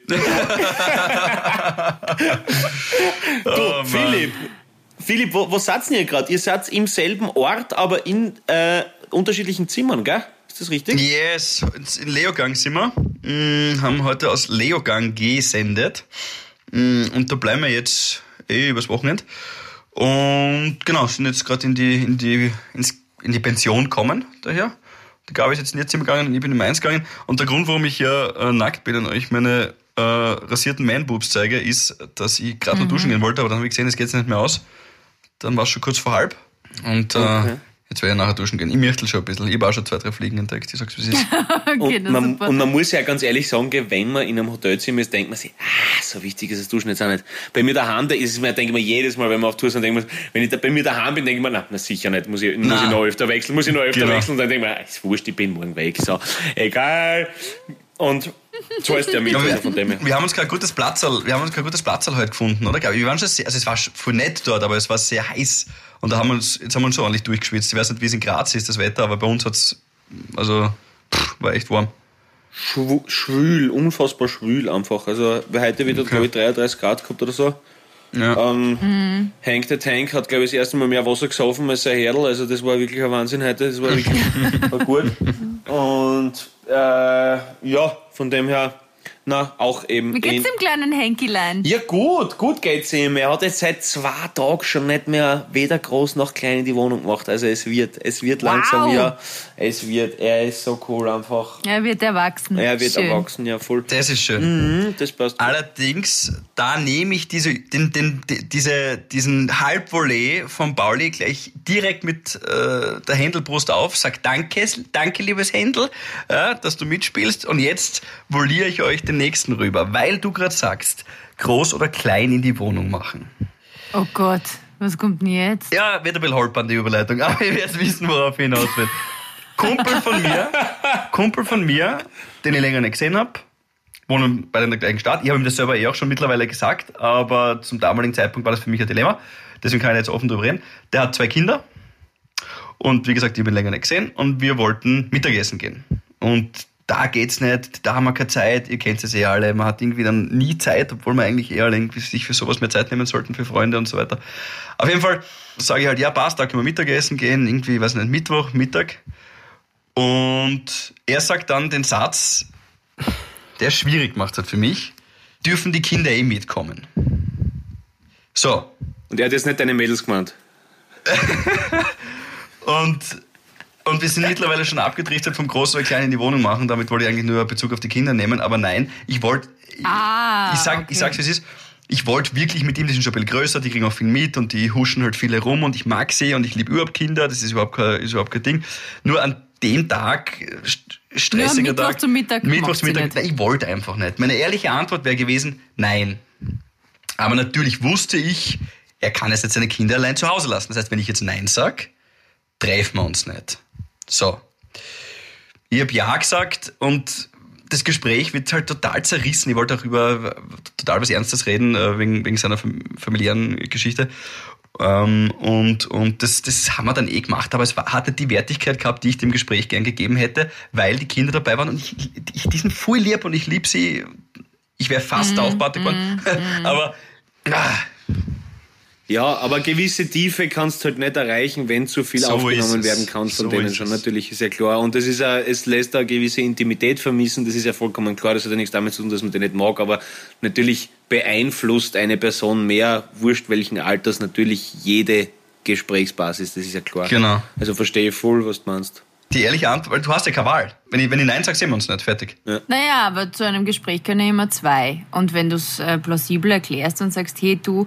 Philipp, wo seid ihr gerade? Ihr seid im selben Ort, aber in unterschiedlichen Zimmern, gell? Ist das richtig? Yes, in Leogang sind wir. Haben heute aus Leogang gesendet. Und da bleiben wir jetzt übers Wochenende. Und genau, sind jetzt gerade in die Pension gekommen, daher. Die Gabi ist jetzt in ihr Zimmer gegangen und ich bin in meins gegangen. Und der Grund, warum ich hier nackt bin und euch meine rasierten Man-Boobs zeige, ist, dass ich gerade noch duschen gehen wollte, aber dann habe ich gesehen, es geht nicht mehr aus. Dann war es schon kurz vor halb. Und Jetzt werde ich nachher duschen gehen. Ich möchte schon ein bisschen. Ich habe auch schon 2, 3 Fliegen entdeckt. Ich sag's, wie es ist. Okay, und man muss ja ganz ehrlich sagen, wenn man in einem Hotelzimmer ist, denkt man sich, so wichtig ist das Duschen jetzt auch nicht. Bei mir daheim, da ist es mir, denke ich mir jedes Mal, wenn wir auf Tour sind, denke ich mir, wenn ich bei mir daheim bin, denke ich mir, na sicher nicht, muss ich noch öfter wechseln, wechseln. Und dann denke ich mir, ist wurscht, ich bin morgen weg. So, egal. Und so ist der mit. Von dem her. Wir haben uns kein gutes Platzerl heute gefunden, oder? Wir waren schon sehr, also es war voll nett dort, aber es war sehr heiß. Und jetzt haben wir uns schon ordentlich durchgeschwitzt. Ich weiß nicht, wie es in Graz ist, das Wetter, aber bei uns war echt warm. Schwül, unfassbar schwül einfach. Also, wir heute wieder, glaube ich, 33 Grad gehabt oder so. Ja. Hank the Tank hat, glaube ich, das erste Mal mehr Wasser gesoffen als sein Herdl. Also, das war wirklich ein Wahnsinn heute. Das war wirklich war gut. Und, von dem her, auch eben. Wie geht's dem kleinen Henkilein? Ja, gut geht's ihm. Er hat jetzt seit 2 Tagen schon nicht mehr weder groß noch klein in die Wohnung gemacht. Also es wird langsam, ja. Er ist so cool einfach. Er wird erwachsen. Erwachsen, ja, voll. Das ist schön. Das passt. Allerdings, da nehme ich diesen Halbvolley von Pauli gleich direkt mit der Händelbrust auf, sag danke, liebes Händel, dass du mitspielst, und jetzt voliere ich euch den nächsten rüber, weil du gerade sagst, groß oder klein in die Wohnung machen. Oh Gott, was kommt denn jetzt? Ja, wird ein bisschen holpern, die Überleitung, aber ihr werdet wissen, worauf ich hinaus will. Kumpel von mir, den ich länger nicht gesehen habe, wohnen beide in der gleichen Stadt. Ich habe ihm das selber auch schon mittlerweile gesagt, aber zum damaligen Zeitpunkt war das für mich ein Dilemma. Deswegen kann ich jetzt offen drüber reden. Der hat 2 Kinder und wie gesagt, ich habe ihn länger nicht gesehen und wir wollten Mittagessen gehen. Und da geht's nicht, da haben wir keine Zeit, ihr kennt es alle, man hat irgendwie dann nie Zeit, obwohl man eigentlich eher irgendwie sich für sowas mehr Zeit nehmen sollten, für Freunde und so weiter. Auf jeden Fall sage ich halt, ja passt, da können wir Mittagessen gehen, irgendwie, weiß nicht, Mittwoch, Mittag. Und er sagt dann den Satz, der schwierig gemacht hat für mich, dürfen die Kinder mitkommen. So. Und er hat jetzt nicht deine Mädels gemeint. Und wir sind mittlerweile schon abgetrichtert vom Groß oder Klein in die Wohnung machen. Damit wollte ich eigentlich nur Bezug auf die Kinder nehmen. Aber nein, ich sag's wie es ist. Ich wollte wirklich mit ihm, die sind schon ein bisschen größer, die kriegen auch viel mit und die huschen halt viele rum und ich mag sie und ich liebe überhaupt Kinder. Das ist überhaupt kein Ding. Nur an dem Tag, stressiger Tag. Mittwoch zum Mittag. Nein, ich wollte einfach nicht. Meine ehrliche Antwort wäre gewesen, nein. Aber natürlich wusste ich, er kann jetzt seine Kinder allein zu Hause lassen. Das heißt, wenn ich jetzt nein sage, treffen wir uns nicht. So. Ich habe ja gesagt und das Gespräch wird halt total zerrissen. Ich wollte auch über total was Ernstes reden, wegen seiner familiären Geschichte. Und das haben wir dann gemacht, aber es hatte die Wertigkeit gehabt, die ich dem Gespräch gern gegeben hätte, weil die Kinder dabei waren und die sind voll lieb und ich liebe sie. Ich wäre fast Taufpate geworden, aber... Ja, aber gewisse Tiefe kannst du halt nicht erreichen, wenn zu viel aufgenommen werden kann von denen schon. Natürlich, ist ja klar. Und das ist es lässt eine gewisse Intimität vermissen. Das ist ja vollkommen klar. Das hat ja nichts damit zu tun, dass man den nicht mag. Aber natürlich beeinflusst eine Person mehr, wurscht welchen Alters, natürlich jede Gesprächsbasis. Das ist ja klar. Genau. Also verstehe ich voll, was du meinst. Die ehrliche Antwort, weil du hast ja keine Wahl. Wenn ich Nein sage, sehen wir uns nicht. Fertig. Ja. Naja, aber zu einem Gespräch können immer 2. Und wenn du es plausibel erklärst und sagst, hey du,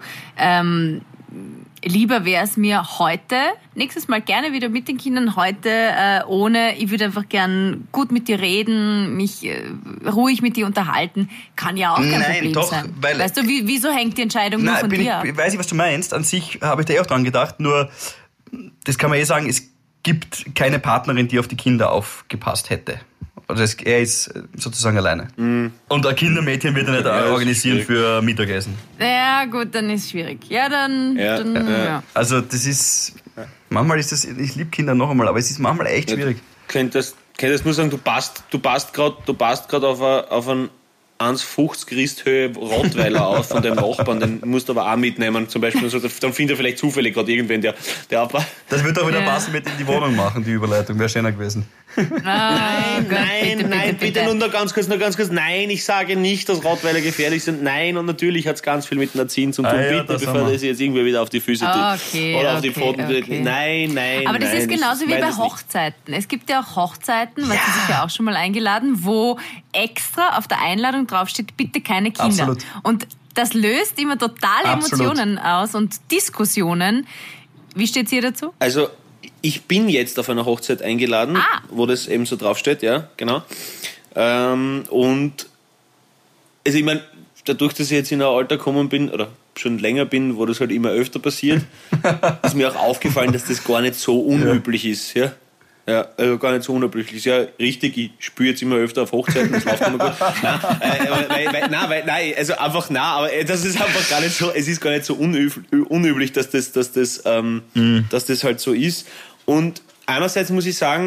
lieber wäre es mir heute, nächstes Mal gerne wieder mit den Kindern, heute ohne, ich würde einfach gern gut mit dir reden, mich ruhig mit dir unterhalten, kann ja auch kein Problem sein. Weil, weißt du, wieso hängt die Entscheidung nur von dir ab? Weiß ich, was du meinst. An sich habe ich da auch dran gedacht, nur das kann man sagen, es gibt keine Partnerin, die auf die Kinder aufgepasst hätte. Also er ist sozusagen alleine. Und ein Kindermädchen wird er nicht organisieren für Mittagessen. Ja gut, dann ist es schwierig. Ja, dann. Also das ist, manchmal ist das, ich liebe Kinder noch einmal, aber es ist manchmal echt schwierig. Könntest nur sagen, du passt gerade auf einen 1,50 Christhöhe Rottweiler auf von dem Nachbarn, den musst du aber auch mitnehmen, zum Beispiel. Dann findet er vielleicht zufällig gerade irgendwen, der das wird doch wieder passen mit in die Wohnung machen, die Überleitung, wäre schöner gewesen. Nein, bitte nur ganz kurz. Nein, ich sage nicht, dass Rottweiler gefährlich sind. Nein, und natürlich hat es ganz viel mit dem Erziehen zu tun. Bitte, bevor das jetzt irgendwie wieder auf die Füße auf die Pfoten tritt. Nein. Aber das ist genauso wie bei Hochzeiten. Es gibt ja auch Hochzeiten, weil Sie sich ja auch schon mal eingeladen, wo extra auf der Einladung draufsteht, bitte keine Kinder. Absolut. Und das löst immer totale Emotionen aus und Diskussionen. Wie steht's hier dazu? Also ich bin jetzt auf einer Hochzeit eingeladen, wo das eben so draufsteht, ja, genau. Und also ich meine, dadurch, dass ich jetzt in ein Alter gekommen bin, oder schon länger bin, wo das halt immer öfter passiert, ist mir auch aufgefallen, dass das gar nicht so unüblich ist, ja. Ja, also gar nicht so unüblich. Ist ja richtig, ich spüre jetzt immer öfter auf Hochzeiten, das läuft immer gut. Nein, also einfach aber das ist einfach gar nicht so, es ist gar nicht so unüblich, dass das halt so ist. Und einerseits muss ich sagen,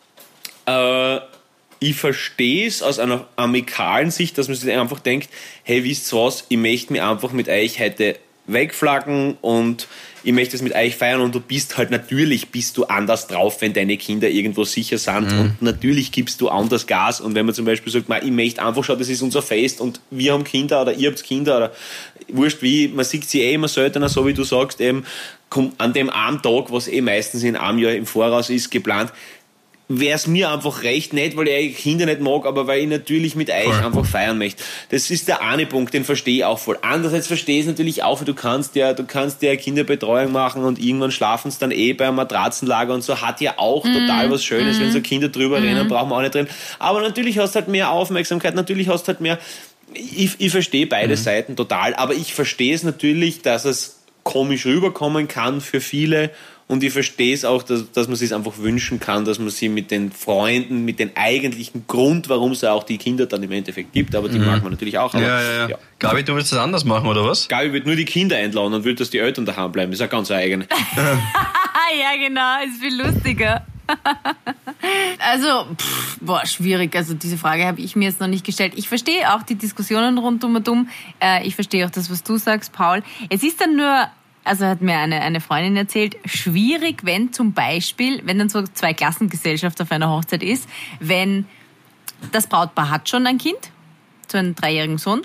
ich verstehe es aus einer amikalen Sicht, dass man sich einfach denkt, hey, wisst ihr was, ich möchte mich einfach mit euch heute wegflaggen und ich möchte es mit euch feiern und natürlich bist du anders drauf, wenn deine Kinder irgendwo sicher sind und natürlich gibst du anders Gas und wenn man zum Beispiel sagt, ich möchte einfach schauen, das ist unser Fest und wir haben Kinder oder ihr habt Kinder oder wurscht wie, man sieht sie immer seltener, so wie du sagst, eben an dem einen Tag, was meistens in einem Jahr im Voraus ist, geplant, wäre es mir einfach recht, nicht weil ich Kinder nicht mag, aber weil ich natürlich mit euch einfach feiern möchte. Das ist der eine Punkt, den verstehe ich auch voll. Andererseits verstehe ich es natürlich auch, weil du kannst ja Kinderbetreuung machen und irgendwann schlafen sie dann beim Matratzenlager und so, hat ja auch total was Schönes, wenn so Kinder drüber rennen, brauchen wir auch nicht drin. Aber natürlich hast du halt mehr Aufmerksamkeit, natürlich hast du halt mehr, ich verstehe beide Seiten total, aber ich verstehe es natürlich, dass es komisch rüberkommen kann für viele. Und ich verstehe es auch, dass man sich einfach wünschen kann, dass man sie mit den Freunden, mit dem eigentlichen Grund, warum es ja auch die Kinder dann im Endeffekt gibt, aber die mag man natürlich auch. Aber, ja. Gabi, du willst das anders machen, oder was? Gabi wird nur die Kinder einladen und will, dass die Eltern daheim bleiben. Das ist ja ganz eigene. Ja, genau, ist viel lustiger. Also, schwierig. Also diese Frage habe ich mir jetzt noch nicht gestellt. Ich verstehe auch die Diskussionen rund um und um. Ich verstehe auch das, was du sagst, Paul. Es ist dann nur... Also hat mir eine Freundin erzählt, schwierig, wenn zum Beispiel, wenn dann so Zweiklassengesellschaft auf einer Hochzeit ist, wenn das Brautpaar hat schon ein Kind, so einen 3-jährigen Sohn,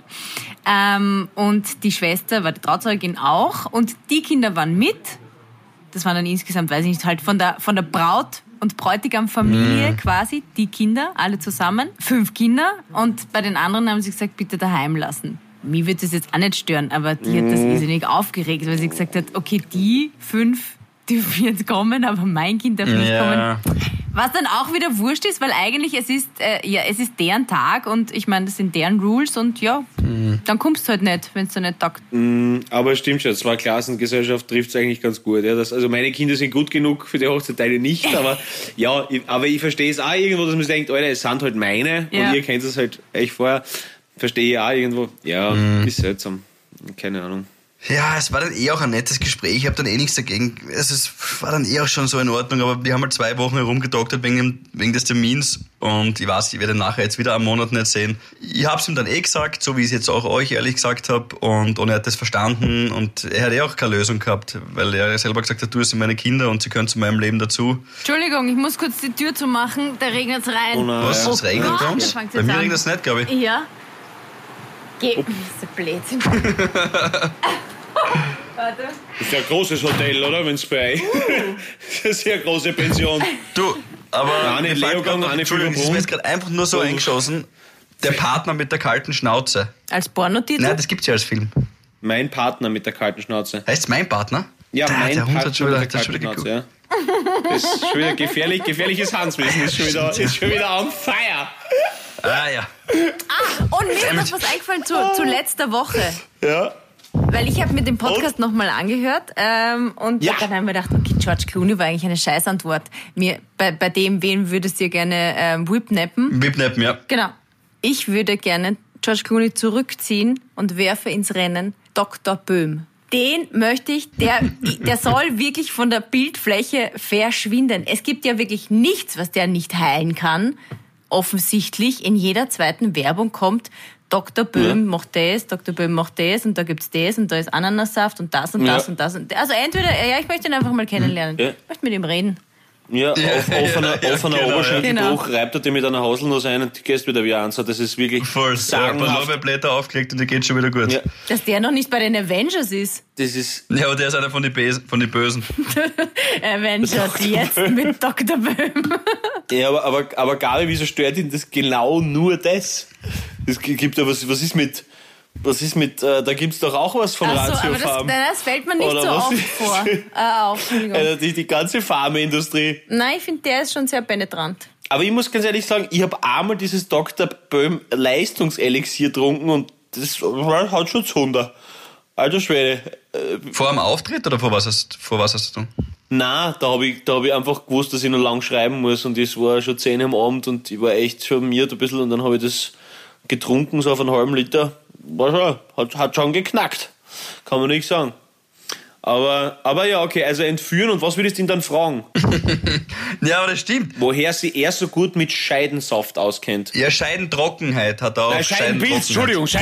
und die Schwester war die Trauzeugin auch, und die Kinder waren mit, das waren dann insgesamt, weiß ich nicht, halt von der Braut- und Bräutigam-Familie quasi, die Kinder, alle zusammen, 5 Kinder, und bei den anderen haben sie gesagt, bitte daheim lassen. Mich würde das jetzt auch nicht stören, aber die hat das irrsinnig aufgeregt, weil sie gesagt hat, okay, die 5 dürfen jetzt kommen, aber mein Kind darf nicht kommen. Was dann auch wieder wurscht ist, weil eigentlich es ist deren Tag und ich meine, das sind deren Rules und dann kommst du halt nicht, wenn es dir nicht taugt. Aber es stimmt schon, Zweiklassengesellschaft trifft es eigentlich ganz gut. Ja, also meine Kinder sind gut genug für die Hochzeitteile nicht, aber aber ich verstehe es auch irgendwo, dass man sich denkt, Alter, es sind halt meine und ihr kennt es halt echt vorher. Verstehe ich auch irgendwo. Ja, ist seltsam. Keine Ahnung. Ja, es war dann auch ein nettes Gespräch. Ich habe dann nichts dagegen. Es war dann auch schon so in Ordnung, aber wir haben halt 2 Wochen herumgedoktert wegen des Termins und ich weiß, ich werde ihn nachher jetzt wieder einen Monat nicht sehen. Ich habe es ihm dann gesagt, so wie ich es jetzt auch euch ehrlich gesagt habe und er hat das verstanden und er hat auch keine Lösung gehabt, weil er selber gesagt hat, du, es sind meine Kinder und sie gehören zu meinem Leben dazu. Entschuldigung, ich muss kurz die Tür zumachen, da regnet es rein. Oh nein. Was? Es regnet bei uns? Bei mir regnet es nicht, glaube ich. Ja. Geh. Das ist ein Blödsinn. Warte. Das ist ja ein großes Hotel, oder? Wenn es bei euch. Das ist ja eine große Pension. Du, aber Entschuldigung, das ist mir jetzt gerade einfach nur so eingeschossen. Der Partner mit der kalten Schnauze. Als Pornotitel? Nein, das gibt's ja als Film. Mein Partner mit der kalten Schnauze. Heißt mein Partner? Ja, mein der Hund Partner hat schon wieder, mit der kalten Schnauze, ja. Das ist schon wieder gefährliches Hanswissen. Ist schon wieder on fire. Ah, ja. Und mir ist noch was eingefallen zu letzter Woche. Ja. Weil ich habe mir den Podcast nochmal angehört und dann haben wir gedacht, okay, George Clooney war eigentlich eine Scheißantwort. Bei dem, wen würdest du gerne whipnappen? Whipnappen, ja. Genau. Ich würde gerne George Clooney zurückziehen und werfe ins Rennen Dr. Böhm. Den möchte ich, der soll wirklich von der Bildfläche verschwinden. Es gibt ja wirklich nichts, was der nicht heilen kann. Offensichtlich in jeder zweiten Werbung kommt Dr. Böhm macht das, Dr. Böhm macht das und da gibt's das und da ist Ananassaft und das und das und das. Also entweder, ich möchte ihn einfach mal kennenlernen. Ich möchte mit ihm reden. Ja, offener genau, Oberschenkelbruch, reibt er dir mit einer Haselnuss ein und du gehst wieder an. So, das ist wirklich voll sagenhaft. Ein paar Lorbeerblätter aufgelegt und dir geht schon wieder gut. Ja. Dass der noch nicht bei den Avengers ist. Das ist... Ja, aber der ist einer von den Bösen. Avengers jetzt mit Dr. Böhm. Ja, aber Gabi, wieso stört ihn das genau nur das? Es gibt ja, was ist mit Was ist mit, da gibt's doch auch was von Ratio Farm. Das fällt mir nicht so oft vor. Also die ganze Pharmaindustrie. Nein, ich finde, der ist schon sehr penetrant. Aber ich muss ganz ehrlich sagen, ich habe einmal dieses Dr. Böhm Leistungselixier getrunken und das hat schon zu 100. Alter Schwede. Vor dem Auftritt oder vor was hast du? Nein, da hab ich einfach gewusst, dass ich noch lang schreiben muss und es war schon 10 am Abend und ich war echt charmiert ein bisschen und dann habe ich das getrunken, so auf einen halben Liter. War schon, hat schon geknackt. Kann man nicht sagen. Aber ja, okay, also entführen und was würdest du ihn dann fragen? Ja, aber das stimmt. Woher sie er so gut mit Scheidensaft auskennt. Ja, Scheidentrockenheit hat er auch. Nein, Scheidenpilz.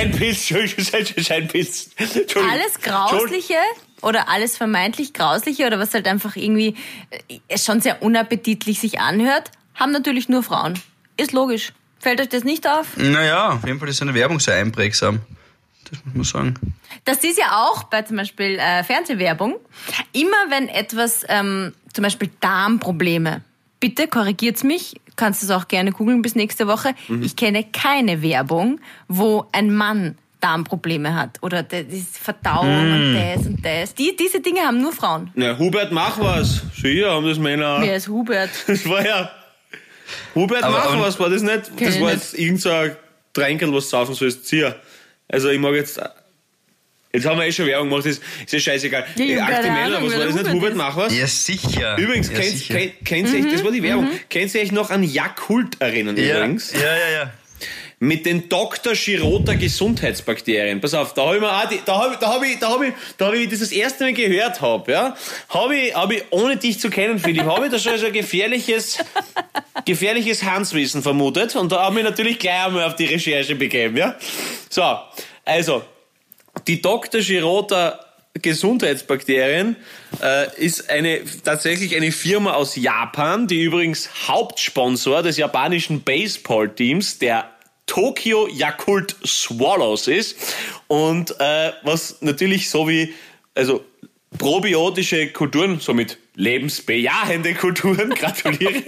Alles Grausliche oder alles vermeintlich Grausliche oder was halt einfach irgendwie schon sehr unappetitlich sich anhört, haben natürlich nur Frauen. Ist logisch. Fällt euch das nicht auf? Naja, auf jeden Fall ist seine Werbung sehr einprägsam. Das muss man sagen. Das ist ja auch bei zum Beispiel Fernsehwerbung. Immer wenn etwas, zum Beispiel Darmprobleme, bitte korrigiert's mich, kannst du es auch gerne googeln bis nächste Woche. Ich kenne keine Werbung, wo ein Mann Darmprobleme hat oder die Verdauung und das. Diese Dinge haben nur Frauen. Ja, Hubert, mach was. Sicher haben das Männer. Wer ist Hubert? Das war ja... Hubert, mach was, war das nicht? Das war jetzt irgendein Tränkel, was du saufen sollst. Zieh. Also ich mag jetzt haben wir eh schon Werbung gemacht, ist ja scheißegal. Achte Männer, was war das nicht? Hubert, mach was? Ja, sicher. Übrigens, kennt ihr euch, das war die Werbung, kennt ihr euch noch an Yakult erinnern übrigens? Ja. Mit den Dr. Schirota Gesundheitsbakterien. Pass auf, da hab ich das erste Mal gehört habe, habe ich ohne dich zu kennen, Philipp, habe ich da schon so ein gefährliches Hanswissen vermutet und da habe ich natürlich gleich einmal auf die Recherche begeben, ja. So, also, die Dr. Schirota Gesundheitsbakterien ist tatsächlich eine Firma aus Japan, die übrigens Hauptsponsor des japanischen Baseballteams, der Tokyo Yakult Swallows ist und was natürlich so wie, also probiotische Kulturen, somit lebensbejahende Kulturen, gratuliere,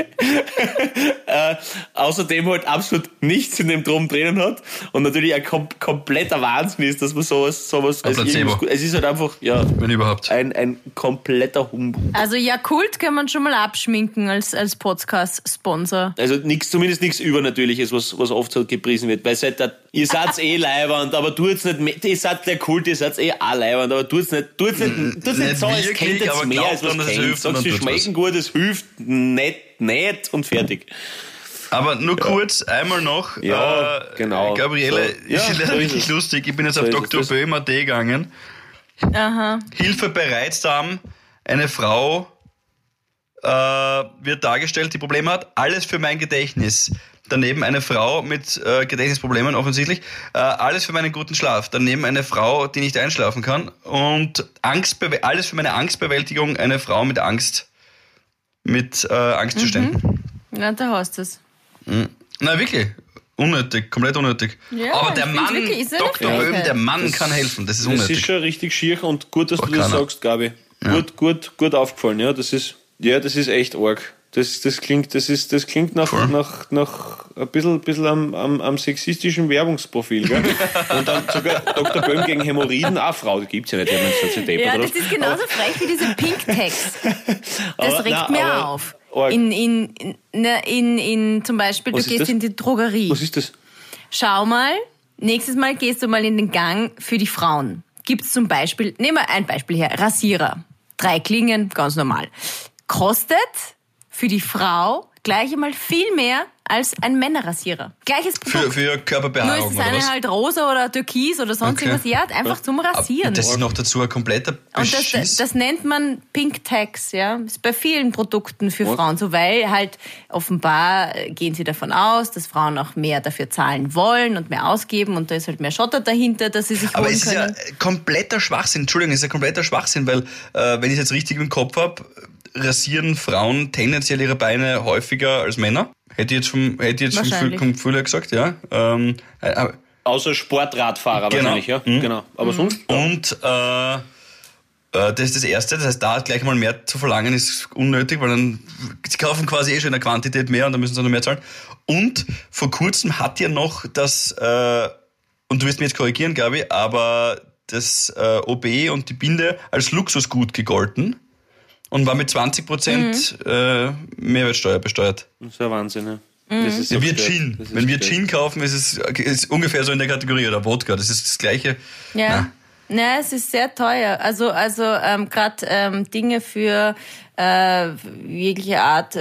außerdem halt absolut nichts in dem Drum drinnen hat und natürlich ein kompletter Wahnsinn ist, dass man sowas als irgendwas, es ist halt einfach, ja, wenn überhaupt, ein kompletter Humbug. Also Yakult kann man schon mal abschminken als Podcast-Sponsor. Also zumindest nichts Übernatürliches, was oft so gepriesen wird, weil ihr seid leibernd, aber tut's nicht, ihr seid der Kult, ihr seid auch leibernd, aber tut's nicht so, als kennt jetzt mehr, als was kennt. Sagst, sie schmecken gut, es hilft nicht und fertig. Aber nur kurz, einmal noch, genau. Gabriele, ist leider wirklich lustig, ich bin jetzt auf Dr. Böhm.at gegangen. Aha. Hilfe bei Reizdarm, eine Frau wird dargestellt, die Probleme hat, alles für mein Gedächtnis. Daneben eine Frau mit Gedächtnisproblemen offensichtlich, alles für meinen guten Schlaf. Daneben eine Frau, die nicht einschlafen kann und alles für meine Angstbewältigung, eine Frau mit Angst, Angstzuständen. Ja, da hast du es. Na wirklich, unnötig, komplett unnötig. Ja, aber der Mann, Dr. Böhm, der Mann kann helfen, das ist unnötig. Das ist schon richtig schier und gut, dass du das sagst, Gabi. Ja. Gut aufgefallen, ja, das ist echt arg. Das klingt nach ein bisschen am sexistischen Werbungsprofil, gell? Und dann sogar Dr. Böhm gegen Hämorrhoiden, auch Frau, das gibt's ja nicht, wenn man so deppert, ja, oder? Das ist genauso frech wie diese Pink-Tags. Das regt mir auf. In zum Beispiel, du gehst in die Drogerie. Was ist das? Schau mal, nächstes Mal gehst du mal in den Gang für die Frauen. Gibt's zum Beispiel, nehmen wir ein Beispiel her, Rasierer. 3 Klingen, ganz normal. Kostet für die Frau gleich einmal viel mehr als ein Männerrasierer. Gleiches Produkt. Für Körperbehaarung. Nur ist es eine halt rosa oder türkis oder sonst irgendwas. Ja, einfach zum Rasieren. Das ist noch dazu ein kompletter Beschiss. Und das nennt man Pink Tags, ja. Das ist bei vielen Produkten für Frauen so, weil halt offenbar gehen sie davon aus, dass Frauen auch mehr dafür zahlen wollen und mehr ausgeben und da ist halt mehr Schotter dahinter, dass sie sich holen können. Aber es ist ja kompletter Schwachsinn. Entschuldigung, es ist ja kompletter Schwachsinn, weil wenn ich es jetzt richtig im Kopf habe, rasieren Frauen tendenziell ihre Beine häufiger als Männer. Hätte ich jetzt vom Gefühl her gesagt, ja. Außer Sportradfahrer wahrscheinlich, ja. Genau. Aber sonst? Und das ist das Erste. Das heißt, da gleich mal mehr zu verlangen ist unnötig, weil dann sie kaufen quasi schon in der Quantität mehr und dann müssen sie noch mehr zahlen. Und vor kurzem hat ja noch das und du wirst mir jetzt korrigieren, Gabi, aber das OB und die Binde als Luxusgut gegolten und war mit 20% Mehrwertsteuer besteuert. Das ist ja Wahnsinn, ja. Das ist wir Gin. Wenn wir Gin kaufen, ist es ungefähr so in der Kategorie, oder Wodka, das ist das Gleiche. Ja. Na, es ist sehr teuer. Also gerade Dinge für jegliche Art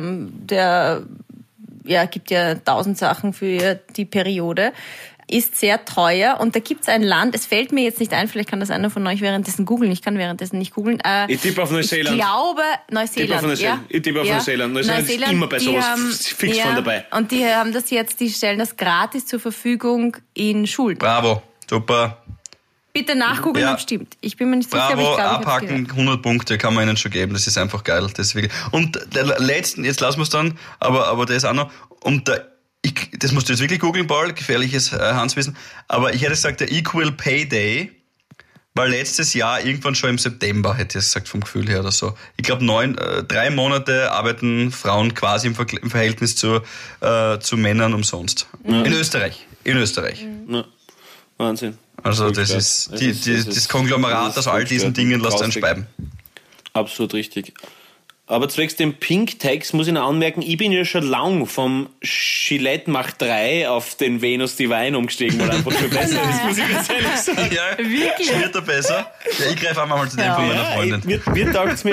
gibt ja 1000 Sachen für die Periode, ist sehr teuer. Und da gibt's ein Land, es fällt mir jetzt nicht ein, vielleicht kann das einer von euch währenddessen googeln, ich kann währenddessen nicht googeln. Ich tippe auf Neuseeland. Ich glaube, Neuseeland. Ich tippe auf Neuseeland. Neuseeland ist immer bei sowas fix von dabei. Und die haben das jetzt, die stellen das gratis zur Verfügung in Schulen. Bravo, super. Bitte nachgoogeln, ob stimmt. Ich bin mir nicht sicher, aber ich glaube, abhaken, 100 Punkte kann man ihnen schon geben. Das ist einfach geil. Das ist wirklich. Und der letzten, jetzt lassen wir es dann, aber der ist auch noch. Und das musst du jetzt wirklich googeln, Paul, gefährliches Handwissen. Aber ich hätte gesagt, der Equal Pay Day war letztes Jahr irgendwann schon im September, hätte ich gesagt, vom Gefühl her oder so. Ich glaube, 3 Monate arbeiten Frauen quasi im Verhältnis zu Männern umsonst. Ja. In Österreich. Ja. Wahnsinn. Also das ist das Konglomerat aus all diesen Dingen lässt einen speiben. Absolut richtig. Aber zwecks dem Pink Tags muss ich noch anmerken, ich bin ja schon lang vom Gillette Mach 3 auf den Venus Divine umgestiegen, weil einfach schon besser ist, muss ich ganz ehrlich sagen. Ja, wirklich? Wird er besser? Ja, ich greife einmal zu dem von meiner Freundin. Mir taugt's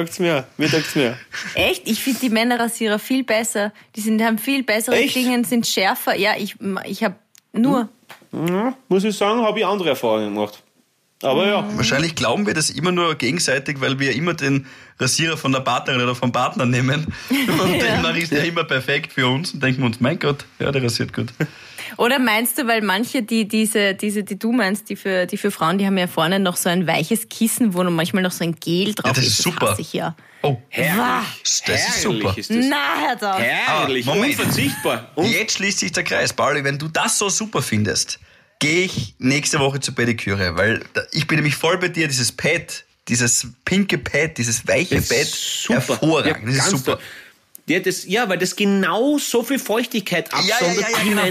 mehr. Echt? Ich finde die Männerrasierer viel besser. Die haben viel bessere Klingen, sind schärfer. Ja, ich habe nur... Ja, muss ich sagen, habe ich andere Erfahrungen gemacht. Aber ja. Wahrscheinlich glauben wir das immer nur gegenseitig, weil wir immer den Rasierer von der Partnerin oder vom Partner nehmen. Und demnach ist der immer perfekt für uns und denken wir uns, mein Gott, ja, der rasiert gut. Oder meinst du, weil manche, die du meinst, die für Frauen, die haben ja vorne noch so ein weiches Kissen, wo noch manchmal noch so ein Gel drauf ist. Ja, das ist super. Das hasse ich ja. Oh, herrlich. Das ist super. Ist das. Na, Herr Dau. Herrlich, unverzichtbar. Jetzt schließt sich der Kreis. Pauli, wenn du das so super findest, gehe ich nächste Woche zur Pediküre, weil ich bin nämlich voll bei dir, dieses Pad, dieses pinke Pad, dieses weiche Pad, super. Hervorragend. Ja, das ist super. Ja, weil das genau so viel Feuchtigkeit absondert,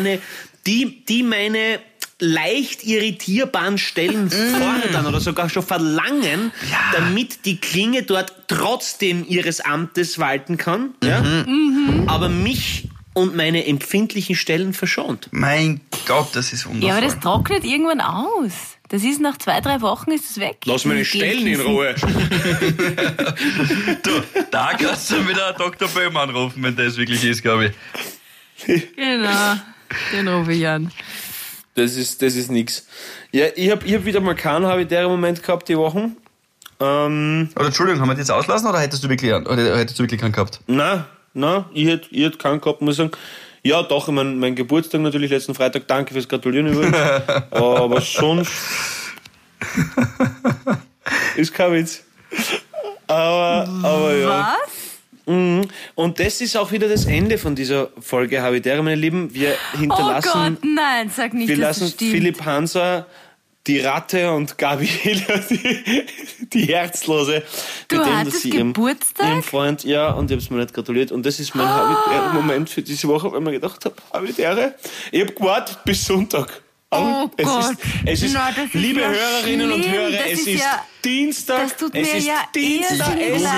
die meine leicht irritierbaren Stellen fordern oder sogar schon verlangen, damit die Klinge dort trotzdem ihres Amtes walten kann, aber mich und meine empfindlichen Stellen verschont. Mein Gott, das ist wundervoll. Ja, aber das trocknet irgendwann aus. Das ist nach 2-3 Wochen ist es weg. Lass meine Stellen in Ruhe. Du, da kannst du wieder Dr. Böhm anrufen, wenn das wirklich ist, glaube ich. Genau, den rufe ich an. Das ist nix. Ja, ich hab wieder mal keinen habitären Moment gehabt die Wochen. Oder Entschuldigung, haben wir das jetzt auslassen oder hättest du wirklich keinen gehabt? Nein, ich hätte keinen gehabt, muss ich sagen. Ja, doch, mein Geburtstag natürlich letzten Freitag. Danke fürs Gratulieren übrigens. Aber sonst ist kein Witz. Aber ja. Was? Und das ist auch wieder das Ende von dieser Folge Habitäre, meine Lieben. Wir hinterlassen... Oh Gott, nein, sag nicht, wir dass lassen das stimmt. Philipp Hanser, die Ratte und Gabi Hiller, die Herzlose. Du hattest Geburtstag? Ihrem Freund, ja, und ich habe es mir nicht gratuliert. Und das ist mein Moment für diese Woche, weil ich mir gedacht habe, Habitäre, ich habe gewartet bis Sonntag. Oh Gott. Es ist, liebe Hörerinnen und Hörer, es ist Dienstag. Das tut mir Dienstag.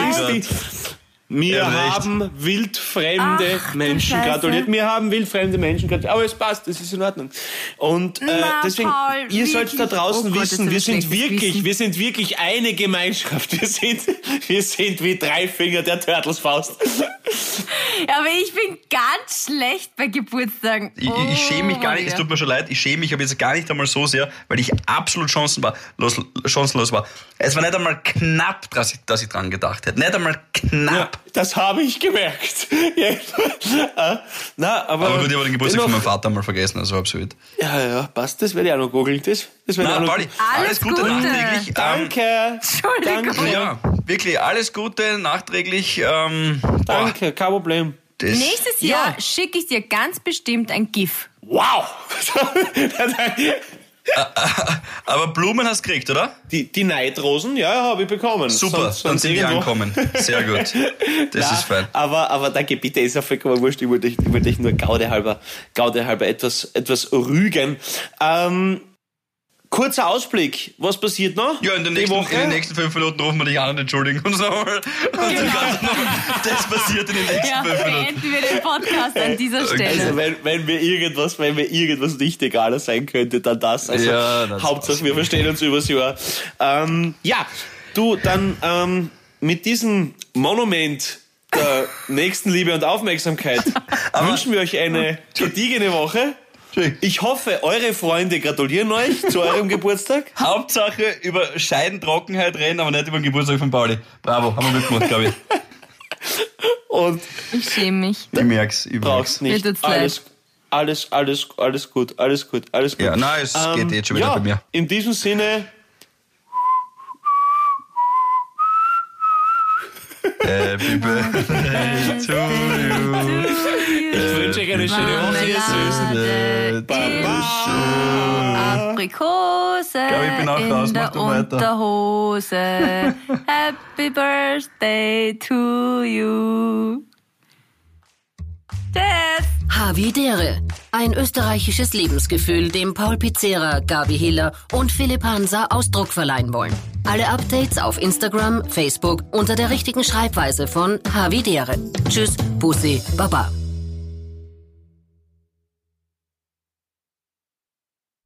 Wir haben wildfremde Menschen gratuliert. Wir haben wildfremde Menschen gratuliert. Aber es passt, das ist in Ordnung. Und deswegen, Paul, ihr sollt da draußen wissen, wir sind wirklich eine Gemeinschaft. Wir sind wie 3 Finger der Turtles-Faust. Ja, aber ich bin ganz schlecht bei Geburtstagen. Ich schäme mich gar nicht, es tut mir schon leid, ich schäme mich aber jetzt gar nicht einmal so sehr, weil ich absolut chancenlos war. Es war nicht einmal knapp, dass ich dran gedacht hätte. Nicht einmal knapp. Ja, das habe ich gemerkt. Aber gut, ich habe den Geburtstag von meinem Vater mal vergessen, also absolut. Ja, passt, das werde ich auch noch googeln. Alles Gute nachträglich. Danke. Entschuldigung. Ja, wirklich, alles Gute nachträglich. Danke, kein Problem. Nächstes Jahr schicke ich dir ganz bestimmt ein GIF. Wow! Aber Blumen hast du gekriegt, oder? Die Neidrosen, ja, habe ich bekommen. Super, dann sind die angekommen. Sehr gut. Das ist fein. Aber danke, bitte, ist ja vollkommen wurscht. Ich wollte dich nur Gaude halber etwas rügen. Kurzer Ausblick, was passiert noch? Ja, in den nächsten 5 Minuten rufen wir dich an und entschuldigen uns nochmal. Das passiert in den nächsten 5 Minuten. Beenden wir den Podcast an dieser Stelle. Also wenn mir irgendwas nicht egaler sein könnte, dann das. Also Hauptsache wir verstehen uns übers Jahr. Dann mit diesem Monument der Nächstenliebe und Aufmerksamkeit wünschen wir euch eine gediegene Woche. Ich hoffe, eure Freunde gratulieren euch zu eurem Geburtstag. Hauptsache über Scheidentrockenheit reden, aber nicht über den Geburtstag von Pauli. Bravo, haben wir mitgemacht, glaube ich. Und ich schäme mich. Ich merk's. Brauchst nicht. Alles gut. Ja, nein, es geht jetzt schon wieder bei mir. In diesem Sinne. Happy Birthday to you. Ich wünsche euch eine schöne Woche, ihr Süßen. Aprikose ich bin auch raus, in mach der du weiter. Unterhose. Happy Birthday to you. Tschüss. Havidere. Ein österreichisches Lebensgefühl, dem Paul Pizzera, Gabi Hiller und Philipp Hanser Ausdruck verleihen wollen. Alle Updates auf Instagram, Facebook unter der richtigen Schreibweise von Havidere. Tschüss, Bussi, Baba.